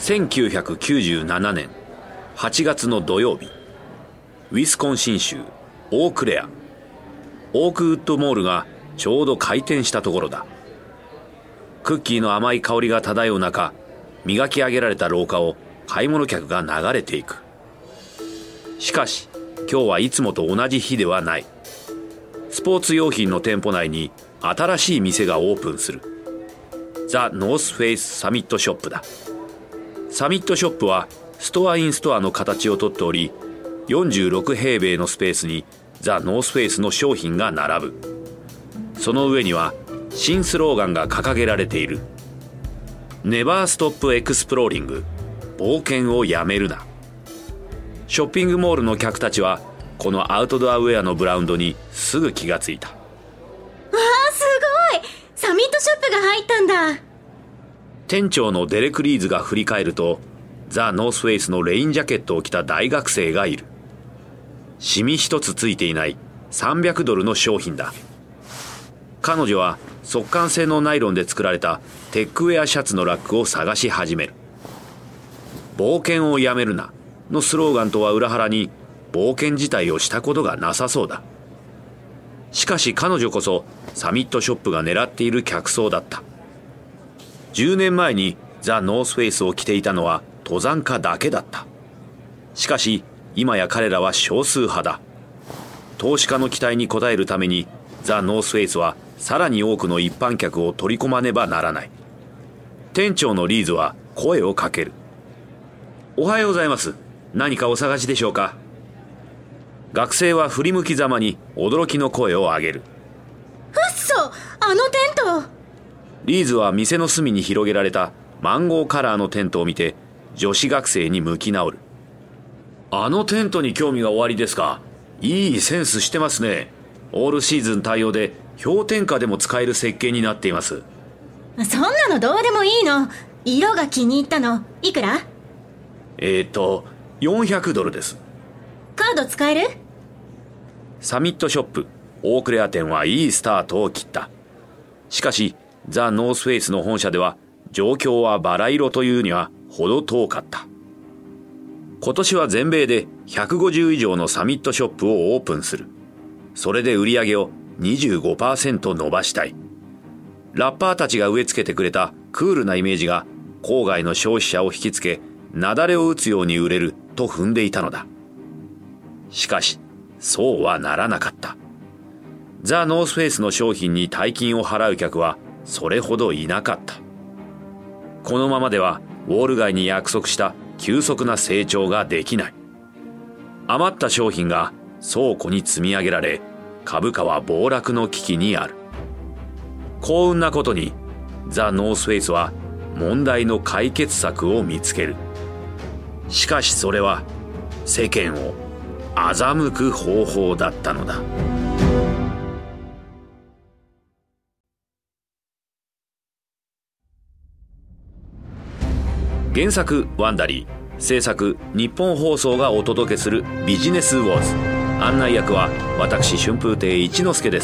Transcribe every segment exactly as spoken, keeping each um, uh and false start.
せんきゅうひゃくきゅうじゅうななねんはちがつの土曜日、ウィスコンシン州オークレア、オークウッドモールがちょうど開店したところだ。クッキーの甘い香りが漂う中、磨き上げられた廊下を買い物客が流れていく。しかし今日はいつもと同じ日ではない。スポーツ用品の店舗内に新しい店がオープンする。ザ・ノースフェイスサミットショップだ。サミットショップはストアインストアの形をとっており、よんじゅうろくへいべいのスペースにザ・ノースフェイスの商品が並ぶ。その上には新スローガンが掲げられている。ネバーストップエクスプローリング、冒険をやめるな。ショッピングモールの客たちはこのアウトドアウェアのブランドにすぐ気がついた。わあ、すごい！サミットショップが入ったんだ。 店長のデレク・リーズが振り返ると、ザ・ノースフェイスのレインジャケットを着た大学生がいる。シミ一つついていないさんびゃくドルの商品だ。彼女は速乾性のナイロンで作られたテックウェアシャツのラックを探し始める。冒険をやめるなのスローガンとは裏腹に、冒険自体をしたことがなさそうだ。しかし彼女こそサミットショップが狙っている客層だった。じゅうねんまえにザ・ノースフェイスを着ていたのは登山家だけだった。しかし今や彼らは少数派だ。投資家の期待に応えるためにザ・ノースフェイスはさらに多くの一般客を取り込まねばならない。店長のリーズは声をかける。おはようございます。何かお探しでしょうか。学生は振り向きざまに驚きの声を上げる。 うっそ、あのテント。 リーズは店の隅に広げられたマンゴーカラーのテントを見て女子学生に向き直る。あのテントに興味がおありですか。いいセンスしてますね。オールシーズン対応で氷点下でも使える設計になっています。 そんなのどうでもいいの。色が気に入ったの。いくら？ えーとよんひゃくドルです。 カード使える？ サミットショップオークレア店はいいスタートを切った。しかしザ・ノースフェイスの本社では状況はバラ色というには程遠かった。今年は全米でひゃくごじゅう以上のサミットショップをオープンする。それで売り上げを にじゅうごパーセント 伸ばしたい。ラッパーたちが植え付けてくれたクールなイメージが郊外の消費者を引きつけ、雪崩を打つように売れると踏んでいたのだ。しかしそうはならなかった。ザ・ノースフェイスの商品に大金を払う客はそれほどいなかった。このままではウォール街に約束した急速な成長ができない。余った商品が倉庫に積み上げられ、株価は暴落の危機にある。幸運なことにザ・ノースフェイスは問題の解決策を見つける。しかしそれは世間を欺く方法だったのだ。原作ワンダリー、制作日本放送がお届けするビジネスウォーズ。案内役は私春風亭一之輔です。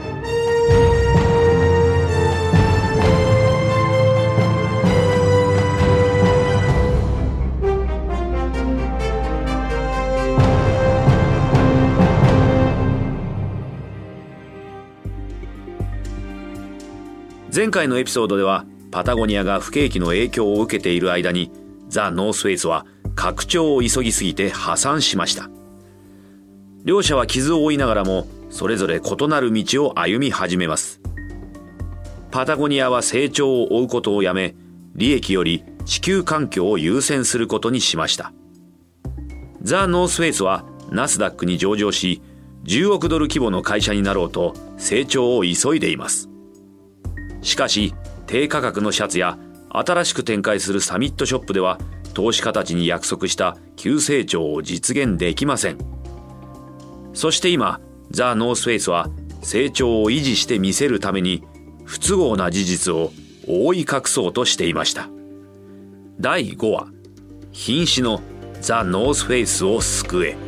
前回のエピソードではパタゴニアが不景気の影響を受けている間にザ・ノースフェイスは拡張を急ぎすぎて破産しました。両者は傷を負いながらもそれぞれ異なる道を歩み始めます。パタゴニアは成長を追うことをやめ、利益より地球環境を優先することにしました。ザ・ノースフェイスはナスダックに上場し、じゅうおくドル規模の会社になろうと成長を急いでいます。しかし低価格のシャツや新しく展開するサミットショップでは投資家たちに約束した急成長を実現できません。そして今ザ・ノースフェイスは成長を維持してみせるために不都合な事実を覆い隠そうとしていました。だいごわ、瀕死のザ・ノースフェイスを救え。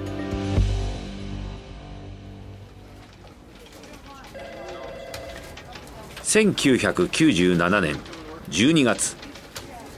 せんきゅうひゃくきゅうじゅうななねんじゅうにがつ、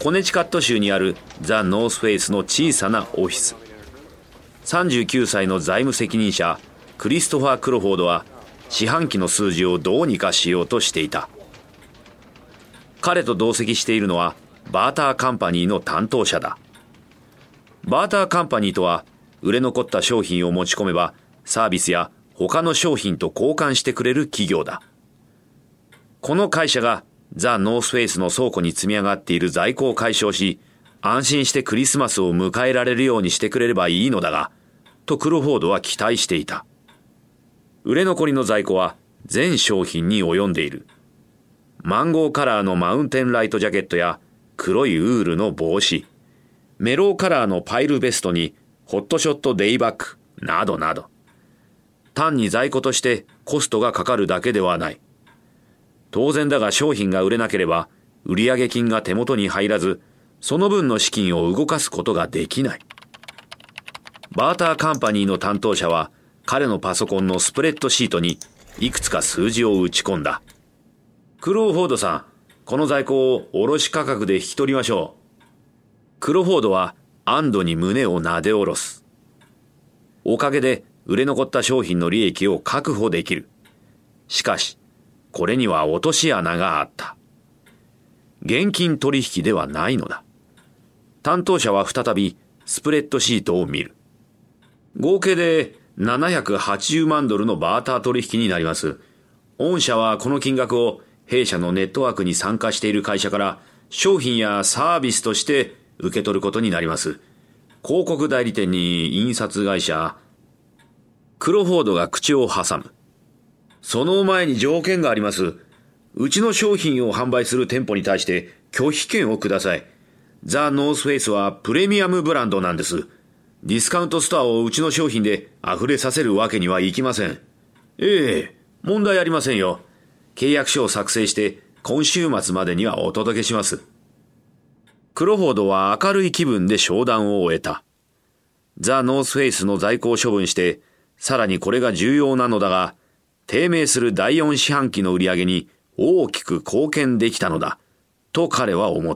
コネチカット州にあるザ・ノースフェイスの小さなオフィス。さんじゅうきゅうさいの財務責任者クリストファー・クロフォードは四半期の数字をどうにかしようとしていた。彼と同席しているのはバーターカンパニーの担当者だ。バーターカンパニーとは、売れ残った商品を持ち込めばサービスや他の商品と交換してくれる企業だ。この会社がザ・ノースフェイスの倉庫に積み上がっている在庫を解消し、安心してクリスマスを迎えられるようにしてくれればいいのだが、とクロフォードは期待していた。売れ残りの在庫は全商品に及んでいる。マンゴーカラーのマウンテンライトジャケットや黒いウールの帽子、メローカラーのパイルベストにホットショットデイバッグなどなど、単に在庫としてコストがかかるだけではない。当然だが商品が売れなければ売上金が手元に入らず、その分の資金を動かすことができない。バーターカンパニーの担当者は彼のパソコンのスプレッドシートにいくつか数字を打ち込んだ。クロフォードさん、この在庫を卸価格で引き取りましょう。クロフォードは安堵に胸をなで下ろす。おかげで売れ残った商品の利益を確保できる。しかし、これには落とし穴があった。現金取引ではないのだ。担当者は再びスプレッドシートを見る。合計でななひゃくはちじゅうまんドルのバーター取引になります。御社はこの金額を弊社のネットワークに参加している会社から商品やサービスとして受け取ることになります。広告代理店に印刷会社。クロフォードが口を挟む。その前に条件があります。うちの商品を販売する店舗に対して拒否権をください。ザ・ノースフェイスはプレミアムブランドなんです。ディスカウントストアをうちの商品で溢れさせるわけにはいきません。ええ、問題ありませんよ。契約書を作成して今週末までにはお届けします。クロフォードは明るい気分で商談を終えた。ザ・ノースフェイスの在庫を処分して、さらにこれが重要なのだが、低迷するだいよん四半期の売り上げに大きく貢献できたのだ、と彼は思った。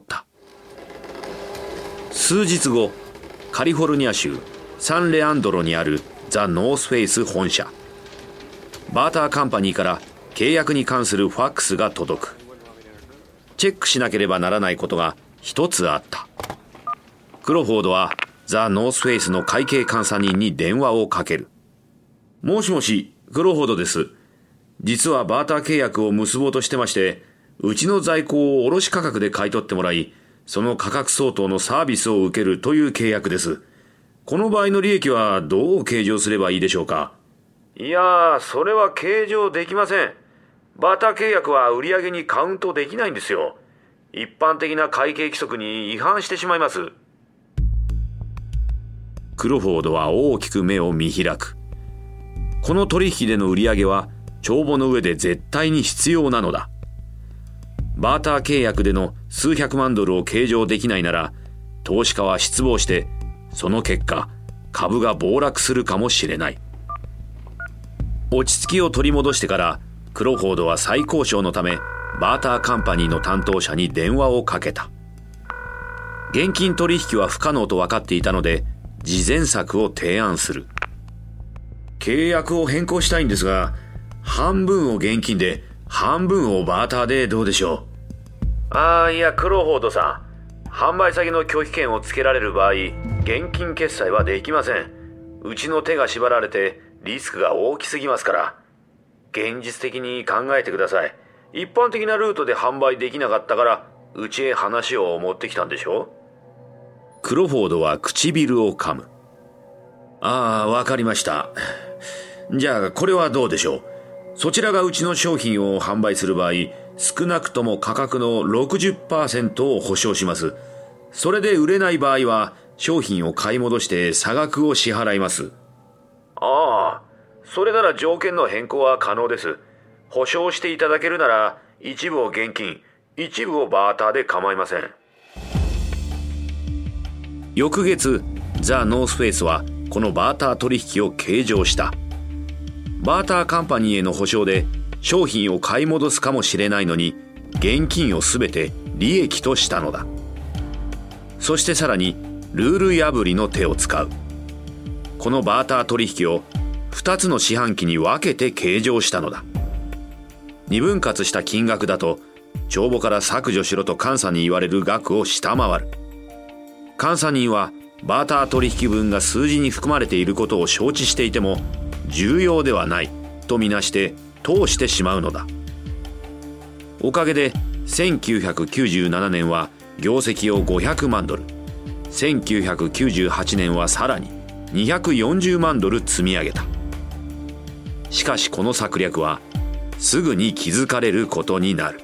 数日後、カリフォルニア州サンレアンドロにあるザ・ノースフェイス本社。バーターカンパニーから契約に関するファックスが届く。チェックしなければならないことが一つあった。クロフォードはザ・ノースフェイスの会計監査人に電話をかける。もしもし、クロフォードです。実はバーター契約を結ぼうとしてまして、うちの在庫を卸価格で買い取ってもらい、その価格相当のサービスを受けるという契約です。この場合の利益はどう計上すればいいでしょうか。いやー、それは計上できません。バーター契約は売上にカウントできないんですよ。一般的な会計規則に違反してしまいます。クロフォードは大きく目を見開く。この取引での売り上げは帳簿の上で絶対に必要なのだ。バーター契約での数百万ドルを計上できないなら、投資家は失望して、その結果株が暴落するかもしれない。落ち着きを取り戻してからクロフォードは再交渉のためバーターカンパニーの担当者に電話をかけた。現金取引は不可能と分かっていたので次善策を提案する。契約を変更したいんですが、半分を現金で半分をバーターでどうでしょう。ああ、いやクロフォードさん、販売先の拒否権をつけられる場合、現金決済はできません。うちの手が縛られてリスクが大きすぎますから。現実的に考えてください。一般的なルートで販売できなかったからうちへ話を持ってきたんでしょ。クロフォードは唇を噛む。ああ、わかりました。じゃあこれはどうでしょう。そちらがうちの商品を販売する場合、少なくとも価格の ろくじゅっパーセント を保証します。それで売れない場合は商品を買い戻して差額を支払います。ああ、それなら条件の変更は可能です。保証していただけるなら一部を現金、一部をバーターで構いません。翌月、ザ・ノースフェイスはこのバーター取引を計上した。バーターカンパニーへの保証で商品を買い戻すかもしれないのに、現金をすべて利益としたのだ。 そしてさらにルール破りの手を使う。このバーター取引をふたつの四半期に分けて計上したのだ。二分割した金額だと帳簿から削除しろと監査に言われる額を下回る。監査人はバーター取引分が数字に含まれていることを承知していても重要ではないとみなして通してしまうのだ。おかげでせんきゅうひゃくきゅうじゅうななねんは業績をごひゃくまんドル、せんきゅうひゃくきゅうじゅうはちねんはさらににひゃくよんじゅうまんドル積み上げた。しかしこの策略はすぐに気づかれることになる。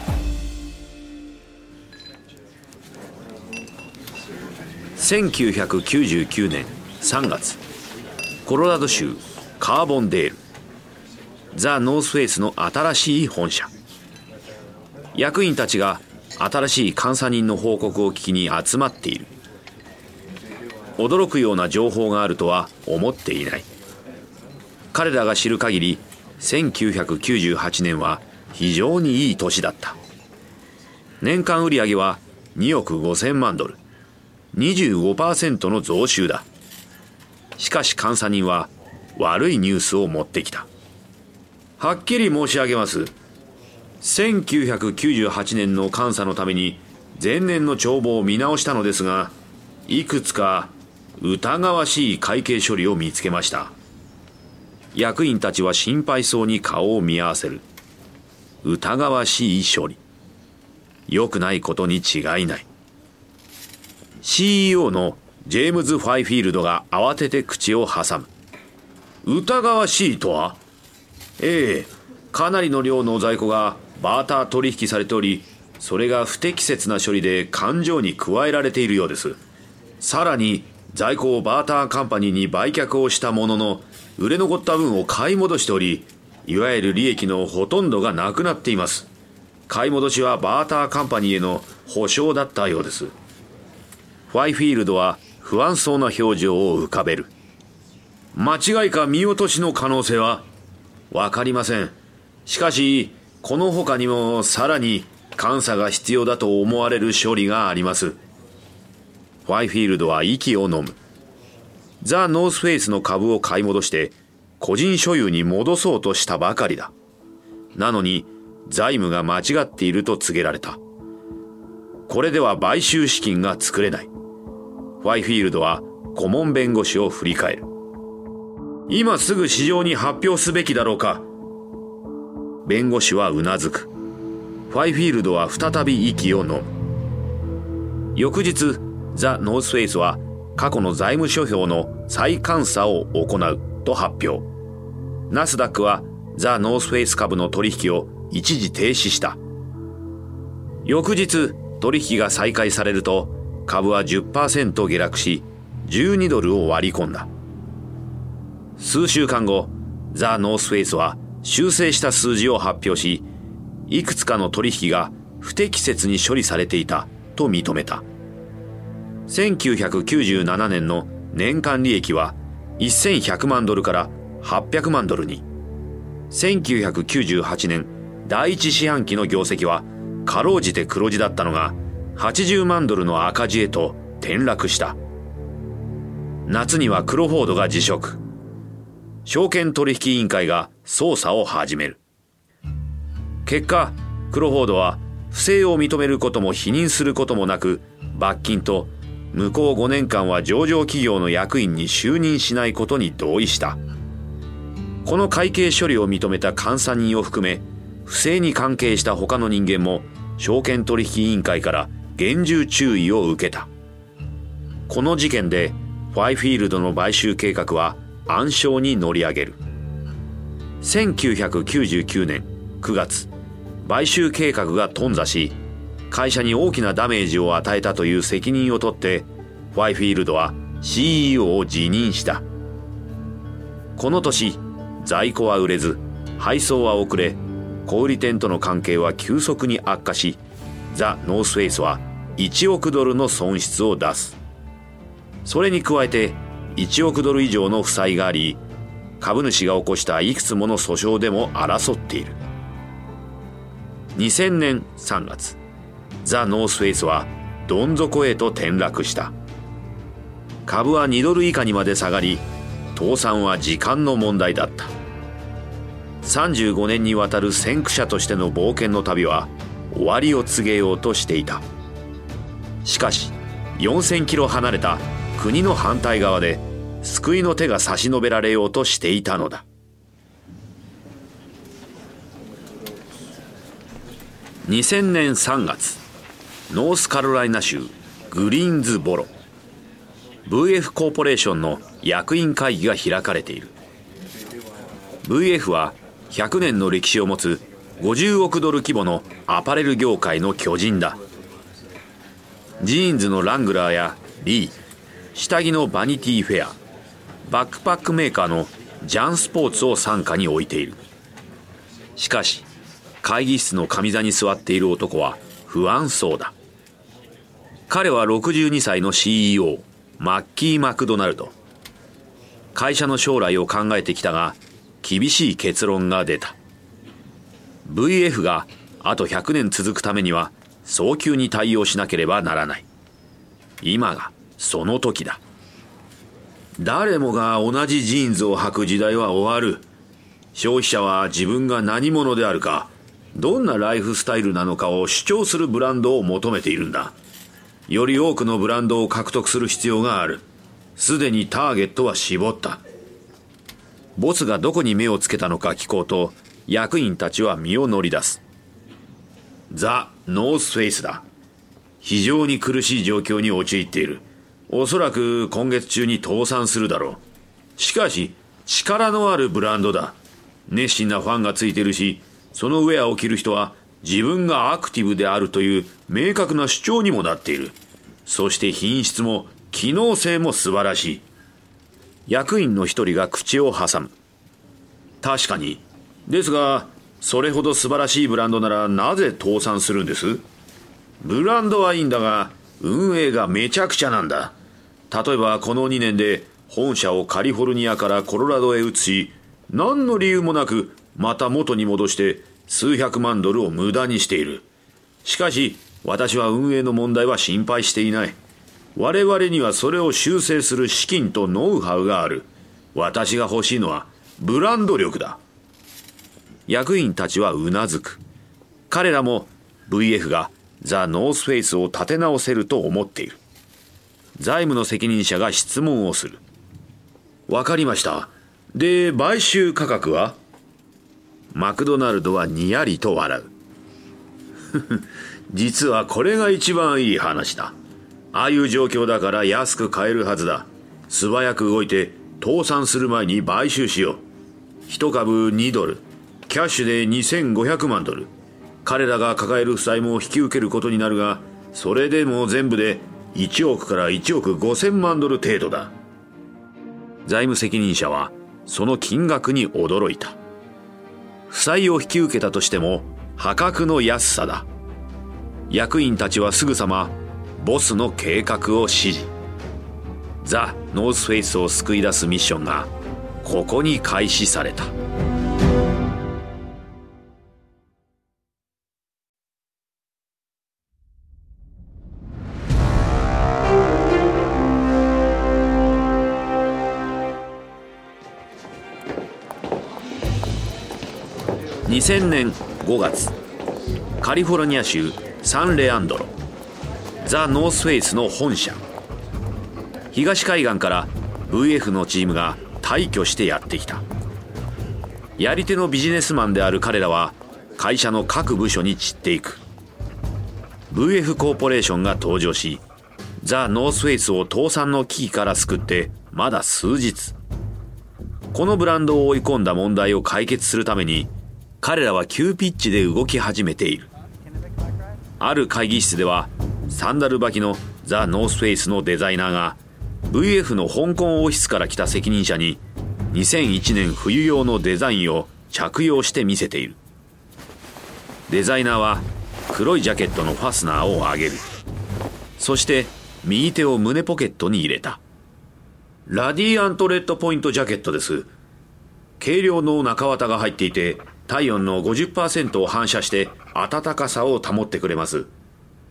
せんきゅうひゃくきゅうじゅうきゅうねんさんがつ、コロラド州カーボンデール、ザ・ノースフェイスの新しい本社。役員たちが新しい監査人の報告を聞きに集まっている。驚くような情報があるとは思っていない。彼らが知る限りせんきゅうひゃくきゅうじゅうはちねんは非常にいい年だった。年間売上はにおくごせんまんドル、にじゅうごパーセント の増収だ。しかし監査人は悪いニュースを持ってきた。はっきり申し上げます。せんきゅうひゃくきゅうじゅうはちねんの監査のために前年の帳簿を見直したのですが、いくつか疑わしい会計処理を見つけました。役員たちは心配そうに顔を見合わせる。疑わしい処理。良くないことに違いない。シーイーオー のジェームズ・ファイフィールドが慌てて口を挟む。疑わしいとは？ええ、かなりの量の在庫がバーター取引されており、それが不適切な処理で勘定に加えられているようです。さらに在庫をバーターカンパニーに売却をしたものの、売れ残った分を買い戻しており、いわゆる利益のほとんどがなくなっています。買い戻しはバーターカンパニーへの保証だったようです。ファイフィールドは不安そうな表情を浮かべる。間違いか見落としの可能性は？わかりません。しかしこの他にもさらに監査が必要だと思われる処理があります。ファイフィールドは息を飲む。ザ・ノースフェイスの株を買い戻して個人所有に戻そうとしたばかりだ。なのに財務が間違っていると告げられた。これでは買収資金が作れない。ファイフィールドは顧問弁護士を振り返る。今すぐ市場に発表すべきだろうか。弁護士はうなずく。ファイフィールドは再び息を飲む。翌日、ザ・ノースフェイスは過去の財務諸表の再監査を行うと発表。ナスダックはザ・ノースフェイス株の取引を一時停止した。翌日、取引が再開されると株は じゅっパーセント 下落しじゅうにドルを割り込んだ。数週間後、ザ・ノースフェイスは修正した数字を発表し、いくつかの取引が不適切に処理されていたと認めた。せんきゅうひゃくきゅうじゅうななねんの年間利益はせんひゃくまんドルからはっぴゃくまんドルに。せんきゅうひゃくきゅうじゅうはちねん第一四半期の業績はかろうじて黒字だったのがはちじゅうまんドルの赤字へと転落した。夏にはクロフォードが辞職。証券取引委員会が捜査を始める。結果、クロフォードは不正を認めることも否認することもなく、罰金と向こうごねんかんは上場企業の役員に就任しないことに同意した。この会計処理を認めた監査人を含め、不正に関係した他の人間も証券取引委員会から厳重注意を受けた。この事件でファイフィールドの買収計画は暗礁に乗り上げる。せんきゅうひゃくきゅうじゅうきゅうねんくがつ、買収計画が頓挫し、会社に大きなダメージを与えたという責任を取ってファイフィールドは シーイーオー を辞任した。この年、在庫は売れず配送は遅れ、小売店との関係は急速に悪化し、ザ・ノースフェイスはいちおくドルの損失を出す。それに加えていちおくドル以上の負債があり、株主が起こしたいくつもの訴訟でも争っている。にせんねんさんがつ、ザ・ノースフェイスはどん底へと転落した。株はにドル以下にまで下がり、倒産は時間の問題だった。さんじゅうごねんにわたる先駆者としての冒険の旅は終わりを告げようとしていた。しかしよんせんキロ離れた国の反対側で救いの手が差し伸べられようとしていたのだ。にせんねんさんがつ、ノースカロライナ州グリーンズボロ、ブイエフ コーポレーションの役員会議が開かれている。 ブイエフ はひゃくねんの歴史を持つごじゅうおくドル規模のアパレル業界の巨人だ。ジーンズのラングラーやリー、下着のバニティフェア、バックパックメーカーのジャンスポーツを傘下に置いている。しかし会議室の上座に座っている男は不安そうだ。彼はろくじゅうにさいの シーイーオー マッキー・マクドナルド。会社の将来を考えてきたが厳しい結論が出た。 ブイエフ があとひゃくねん続くためには早急に対応しなければならない。今がその時だ。誰もが同じジーンズを履く時代は終わる。消費者は自分が何者であるか、どんなライフスタイルなのかを主張するブランドを求めているんだ。より多くのブランドを獲得する必要がある。すでにターゲットは絞った。ボスがどこに目をつけたのか聞こうと役員たちは身を乗り出す。ザ・ノースフェイスだ。非常に苦しい状況に陥っている。おそらく今月中に倒産するだろう。しかし力のあるブランドだ。熱心なファンがついているし、そのウェアを着る人は自分がアクティブであるという明確な主張にもなっている。そして品質も機能性も素晴らしい。役員の一人が口を挟む。確かに。ですがそれほど素晴らしいブランドならなぜ倒産するんです？ブランドはいいんだが運営がめちゃくちゃなんだ。例えばこのにねんで本社をカリフォルニアからコロラドへ移し、何の理由もなくまた元に戻して数百万ドルを無駄にしている。しかし私は運営の問題は心配していない。我々にはそれを修正する資金とノウハウがある。私が欲しいのはブランド力だ。役員たちはうなずく。彼らも ブイエフ がザ・ノースフェイスを立て直せると思っている。財務の責任者が質問をする。わかりました。で、買収価格は？マクドナルドはにやりと笑う。実はこれが一番いい話だ。ああいう状況だから安く買えるはずだ。素早く動いて倒産する前に買収しよう。一株にドル、キャッシュでにせんごひゃくまんドル。彼らが抱える負債も引き受けることになるが、それでも全部でいちおくからいちおくごせんまんドル程度だ。財務責任者はその金額に驚いた。負債を引き受けたとしても破格の安さだ。役員たちはすぐさまボスの計画を指示。ザ・ノースフェイスを救い出すミッションがここに開始された。にせんねんごがつ、カリフォルニア州サンレアンドロ、ザ・ノースフェイスの本社。東海岸から ブイエフ のチームが大挙してやってきた。やり手のビジネスマンである彼らは会社の各部署に散っていく。 ブイエフ コーポレーションが登場し、ザ・ノースフェイスを倒産の危機から救ってまだ数日。このブランドを追い込んだ問題を解決するために彼らは急ピッチで動き始めている。ある会議室ではサンダル履きのザ・ノースフェイスのデザイナーが ブイエフ の香港オフィスから来た責任者ににせんいちねん冬用のデザインを着用して見せている。デザイナーは黒いジャケットのファスナーを上げる。そして右手を胸ポケットに入れた。ラディアントレッドポイントジャケットです。軽量の中綿が入っていて体温の ごじゅっパーセント を反射して暖かさを保ってくれます。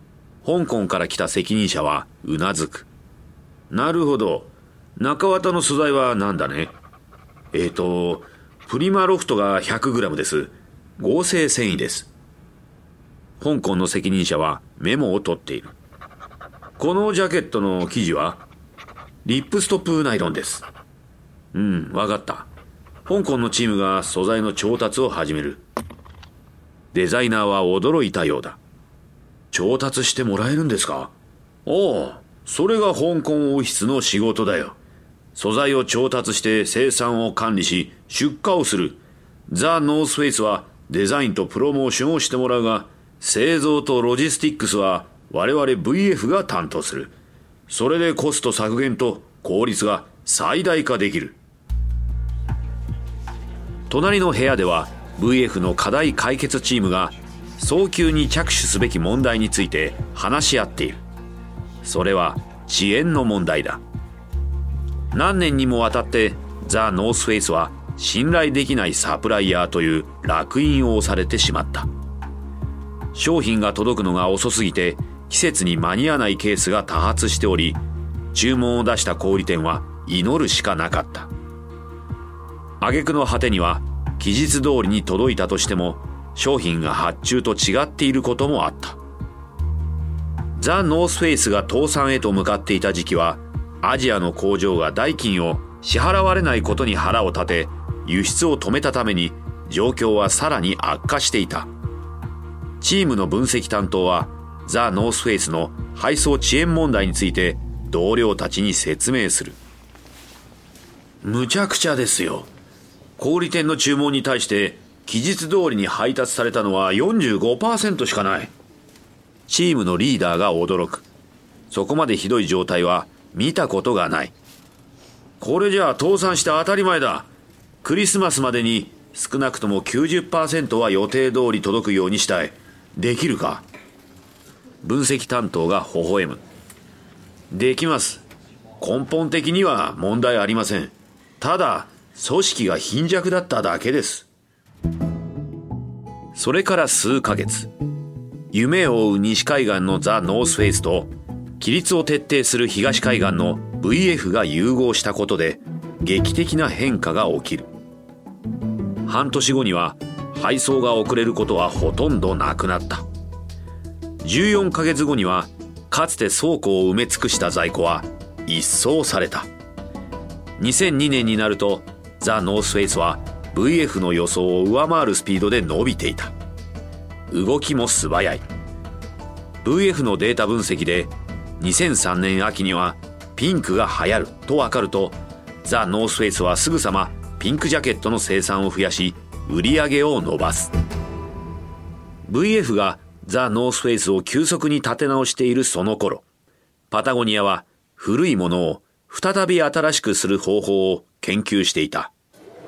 香港から来た責任者はうなずく。なるほど。中綿の素材は何だね。えーと、プリマロフトが ひゃくグラム です。合成繊維です。香港の責任者はメモを取っている。このジャケットの生地はリップストップナイロンです。うん、わかった。香港のチームが素材の調達を始める。デザイナーは驚いたようだ。調達してもらえるんですか？おう、それが香港王室の仕事だよ。素材を調達して生産を管理し出荷をする。ザ・ノースフェイスはデザインとプロモーションをしてもらうが、製造とロジスティックスは我々 ブイエフ が担当する。それでコスト削減と効率が最大化できる。隣の部屋では ブイエフ の課題解決チームが早急に着手すべき問題について話し合っている。それは遅延の問題だ。何年にもわたってザ・ノースフェイスは信頼できないサプライヤーという烙印を押されてしまった。商品が届くのが遅すぎて季節に間に合わないケースが多発しており、注文を出した小売店は祈るしかなかった。挙句の果てには期日通りに届いたとしても商品が発注と違っていることもあった。ザ・ノースフェイスが倒産へと向かっていた時期は、アジアの工場が代金を支払われないことに腹を立て、輸出を止めたために状況はさらに悪化していた。チームの分析担当はザ・ノースフェイスの配送遅延問題について同僚たちに説明する。むちゃくちゃですよ。小売店の注文に対して期日通りに配達されたのは よんじゅうごパーセント しかない。チームのリーダーが驚く。そこまでひどい状態は見たことがない。これじゃあ倒産して当たり前だ。クリスマスまでに少なくとも きゅうじゅっパーセント は予定通り届くようにしたい。できるか？分析担当が微笑む。できます。根本的には問題ありません。ただ組織が貧弱だっただけです。それから数ヶ月、夢を追う西海岸のザ・ノースフェイスと規律を徹底する東海岸の ブイエフ が融合したことで劇的な変化が起きる。半年後には配送が遅れることはほとんどなくなった。じゅうよんかげつごにはかつて倉庫を埋め尽くした在庫は一掃された。にせんにねんになるとザ・ノースフェイスは ブイエフ の予想を上回るスピードで伸びていた。動きも素早い。 ブイエフ のデータ分析でにせんさんねん秋にはピンクが流行ると分かると、ザ・ノースフェイスはすぐさまピンクジャケットの生産を増やし売り上げを伸ばす。 ブイエフ がザ・ノースフェイスを急速に立て直しているその頃、パタゴニアは古いものを再び新しくする方法を研究していた。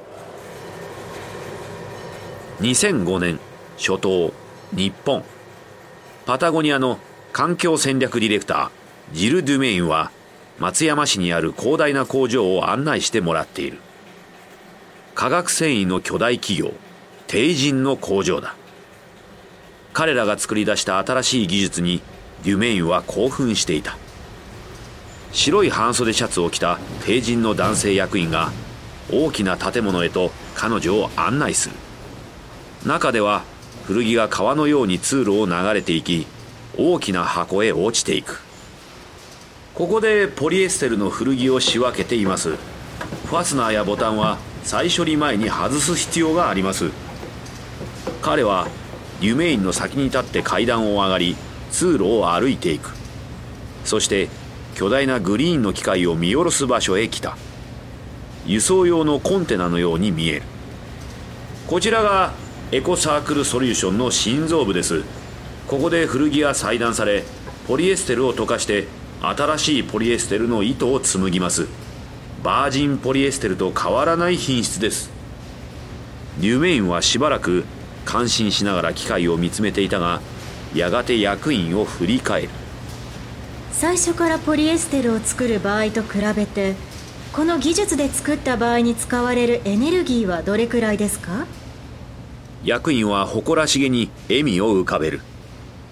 にせんごねん初頭、日本。パタゴニアの環境戦略ディレクタージル・デュメインは松山市にある広大な工場を案内してもらっている。化学繊維の巨大企業テイジンの工場だ。彼らが作り出した新しい技術にデュメインは興奮していた。白い半袖シャツを着たテイジンの男性役員が大きな建物へと彼女を案内する。中では古着が川のように通路を流れていき、大きな箱へ落ちていく。ここでポリエステルの古着を仕分けています。ファスナーやボタンは再処理前に外す必要があります。彼はデュメインの先に立って階段を上がり、通路を歩いていく。そして巨大なグリーンの機械を見下ろす場所へ来た。輸送用のコンテナのように見える。こちらがエコサークルソリューションの心臓部です。ここで古着が裁断され、ポリエステルを溶かして新しいポリエステルの糸を紡ぎます。バージンポリエステルと変わらない品質です。デュメインはしばらく感心しながら機械を見つめていたが、やがて役員を振り返る。 最初からポリエステルを作る場合と比べて、この技術で作った場合に使われるエネルギーはどれくらいですか？ 役員は誇らしげに笑みを浮かべる。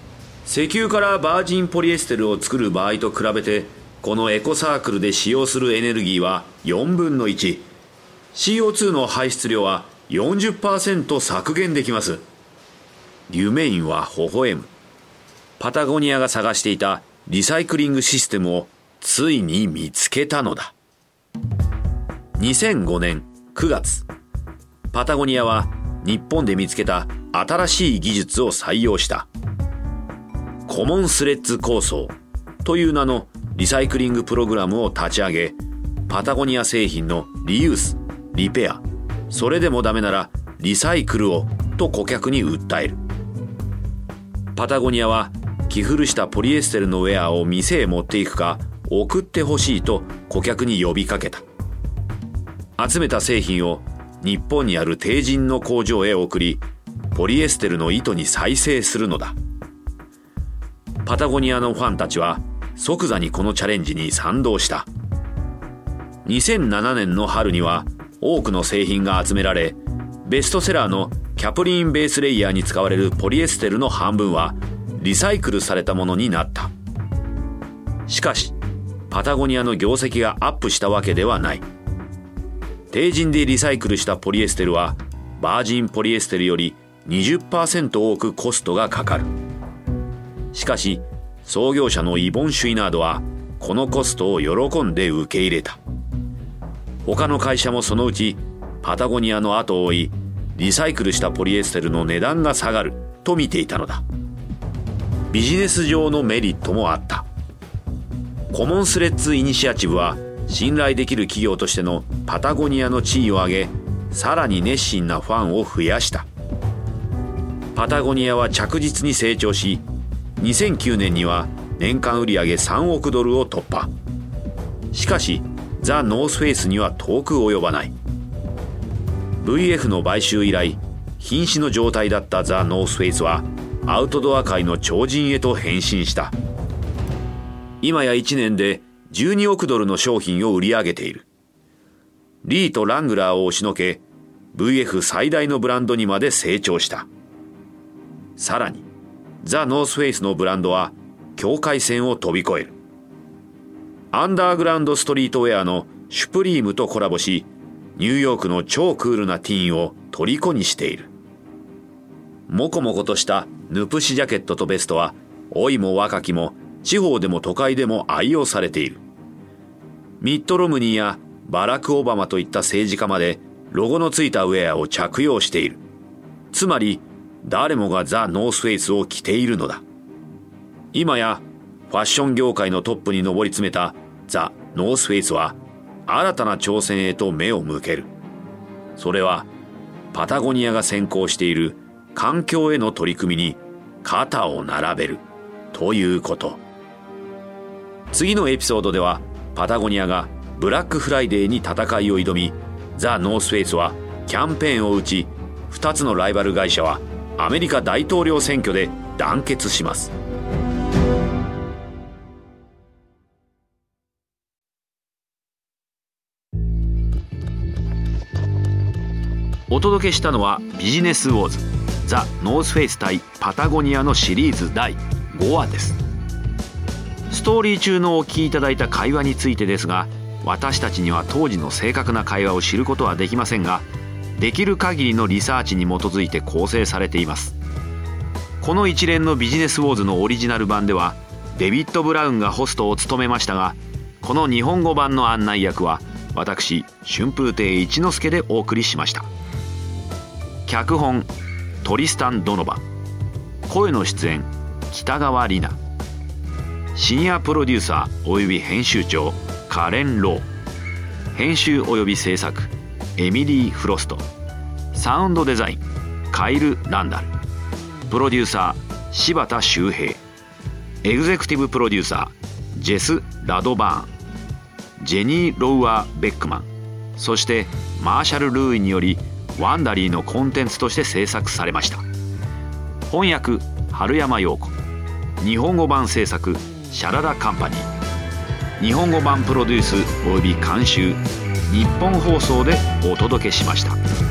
石油からバージンポリエステルを作る場合と比べて、このエコサークルで使用するエネルギーはよんぶんのいち、シーオーツー の排出量は よんじゅっパーセント 削減できます。リュメインは微笑む。パタゴニアが探していたリサイクリングシステムをついに見つけたのだ。にせんごねんくがつ、パタゴニアは日本で見つけた新しい技術を採用した。コモンスレッズ構想という名のリサイクリングプログラムを立ち上げ、パタゴニア製品のリユース、リペア、それでもダメならリサイクルをと顧客に訴える。パタゴニアは着古したポリエステルのウェアを店へ持っていくか送ってほしいと顧客に呼びかけた。集めた製品を日本にある帝人の工場へ送り、ポリエステルの糸に再生するのだ。パタゴニアのファンたちは即座にこのチャレンジに賛同した。にせんななねんの春には多くの製品が集められ、ベストセラーのキャプリンベースレイヤーに使われるポリエステルの半分はリサイクルされたものになった。しかし、パタゴニアの業績がアップしたわけではない。帝人でリサイクルしたポリエステルはバージンポリエステルより にじゅっパーセント 多くコストがかかる。しかし、創業者のイボン・シュイナードはこのコストを喜んで受け入れた。他の会社もそのうちパタゴニアの後を追い、リサイクルしたポリエステルの値段が下がると見ていたのだ。ビジネス上のメリットもあった。コモンスレッズイニシアチブは信頼できる企業としてのパタゴニアの地位を上げ、さらに熱心なファンを増やした。パタゴニアは着実に成長し、にせんきゅうねんには年間売上さんおくドルを突破。しかしザ・ノースフェイスには遠く及ばない。 ブイエフ の買収以来瀕死の状態だったザ・ノースフェイスはアウトドア界の超人へと変身した。今やいちねんでじゅうにおくドルの商品を売り上げている。リーとラングラーを押しのけ ブイエフ 最大のブランドにまで成長した。さらにザ・ノースフェイスのブランドは境界線を飛び越える。アンダーグラウンドストリートウェアのシュプリームとコラボし、ニューヨークの超クールなティーンを虜にしている。モコモコとしたヌプシジャケットとベストは老いも若きも地方でも都会でも愛用されている。ミッド・ロムニーやバラク・オバマといった政治家までロゴのついたウェアを着用している。つまり誰もがザ・ノースフェイスを着ているのだ。今やファッション業界のトップに上り詰めたザ・ノースフェイスは新たな挑戦へと目を向ける。それはパタゴニアが先行している環境への取り組みに肩を並べるということ。次のエピソードではパタゴニアがブラックフライデーに戦いを挑み、ザ・ノースフェイスはキャンペーンを打ち、ふたつのライバル会社はアメリカ大統領選挙で団結します。お届けしたのはビジネスウォーズザ・ノースフェイス対パタゴニアのシリーズだいごわです。ストーリー中のお聞きいただいた会話についてですが、私たちには当時の正確な会話を知ることはできませんが、できる限りのリサーチに基づいて構成されています。この一連のビジネスウォーズのオリジナル版ではデビッド・ブラウンがホストを務めましたが、この日本語版の案内役は私春風亭一之輔でお送りしました。脚本トリスタン・ドノバン、声の出演北川里奈、シニアプロデューサーおよび編集長カレン・ロー、編集および制作エミリー・フロスト、サウンドデザインカイル・ランダル、プロデューサー柴田修平、エグゼクティブプロデューサージェス・ラドバーン、ジェニー・ロウアー・ベックマン、そしてマーシャル・ルーイによりワンダリーのコンテンツとして制作されました。翻訳春山陽子、日本語版制作シャララカンパニー、日本語版プロデュースおよび監修日本放送でお届けしました。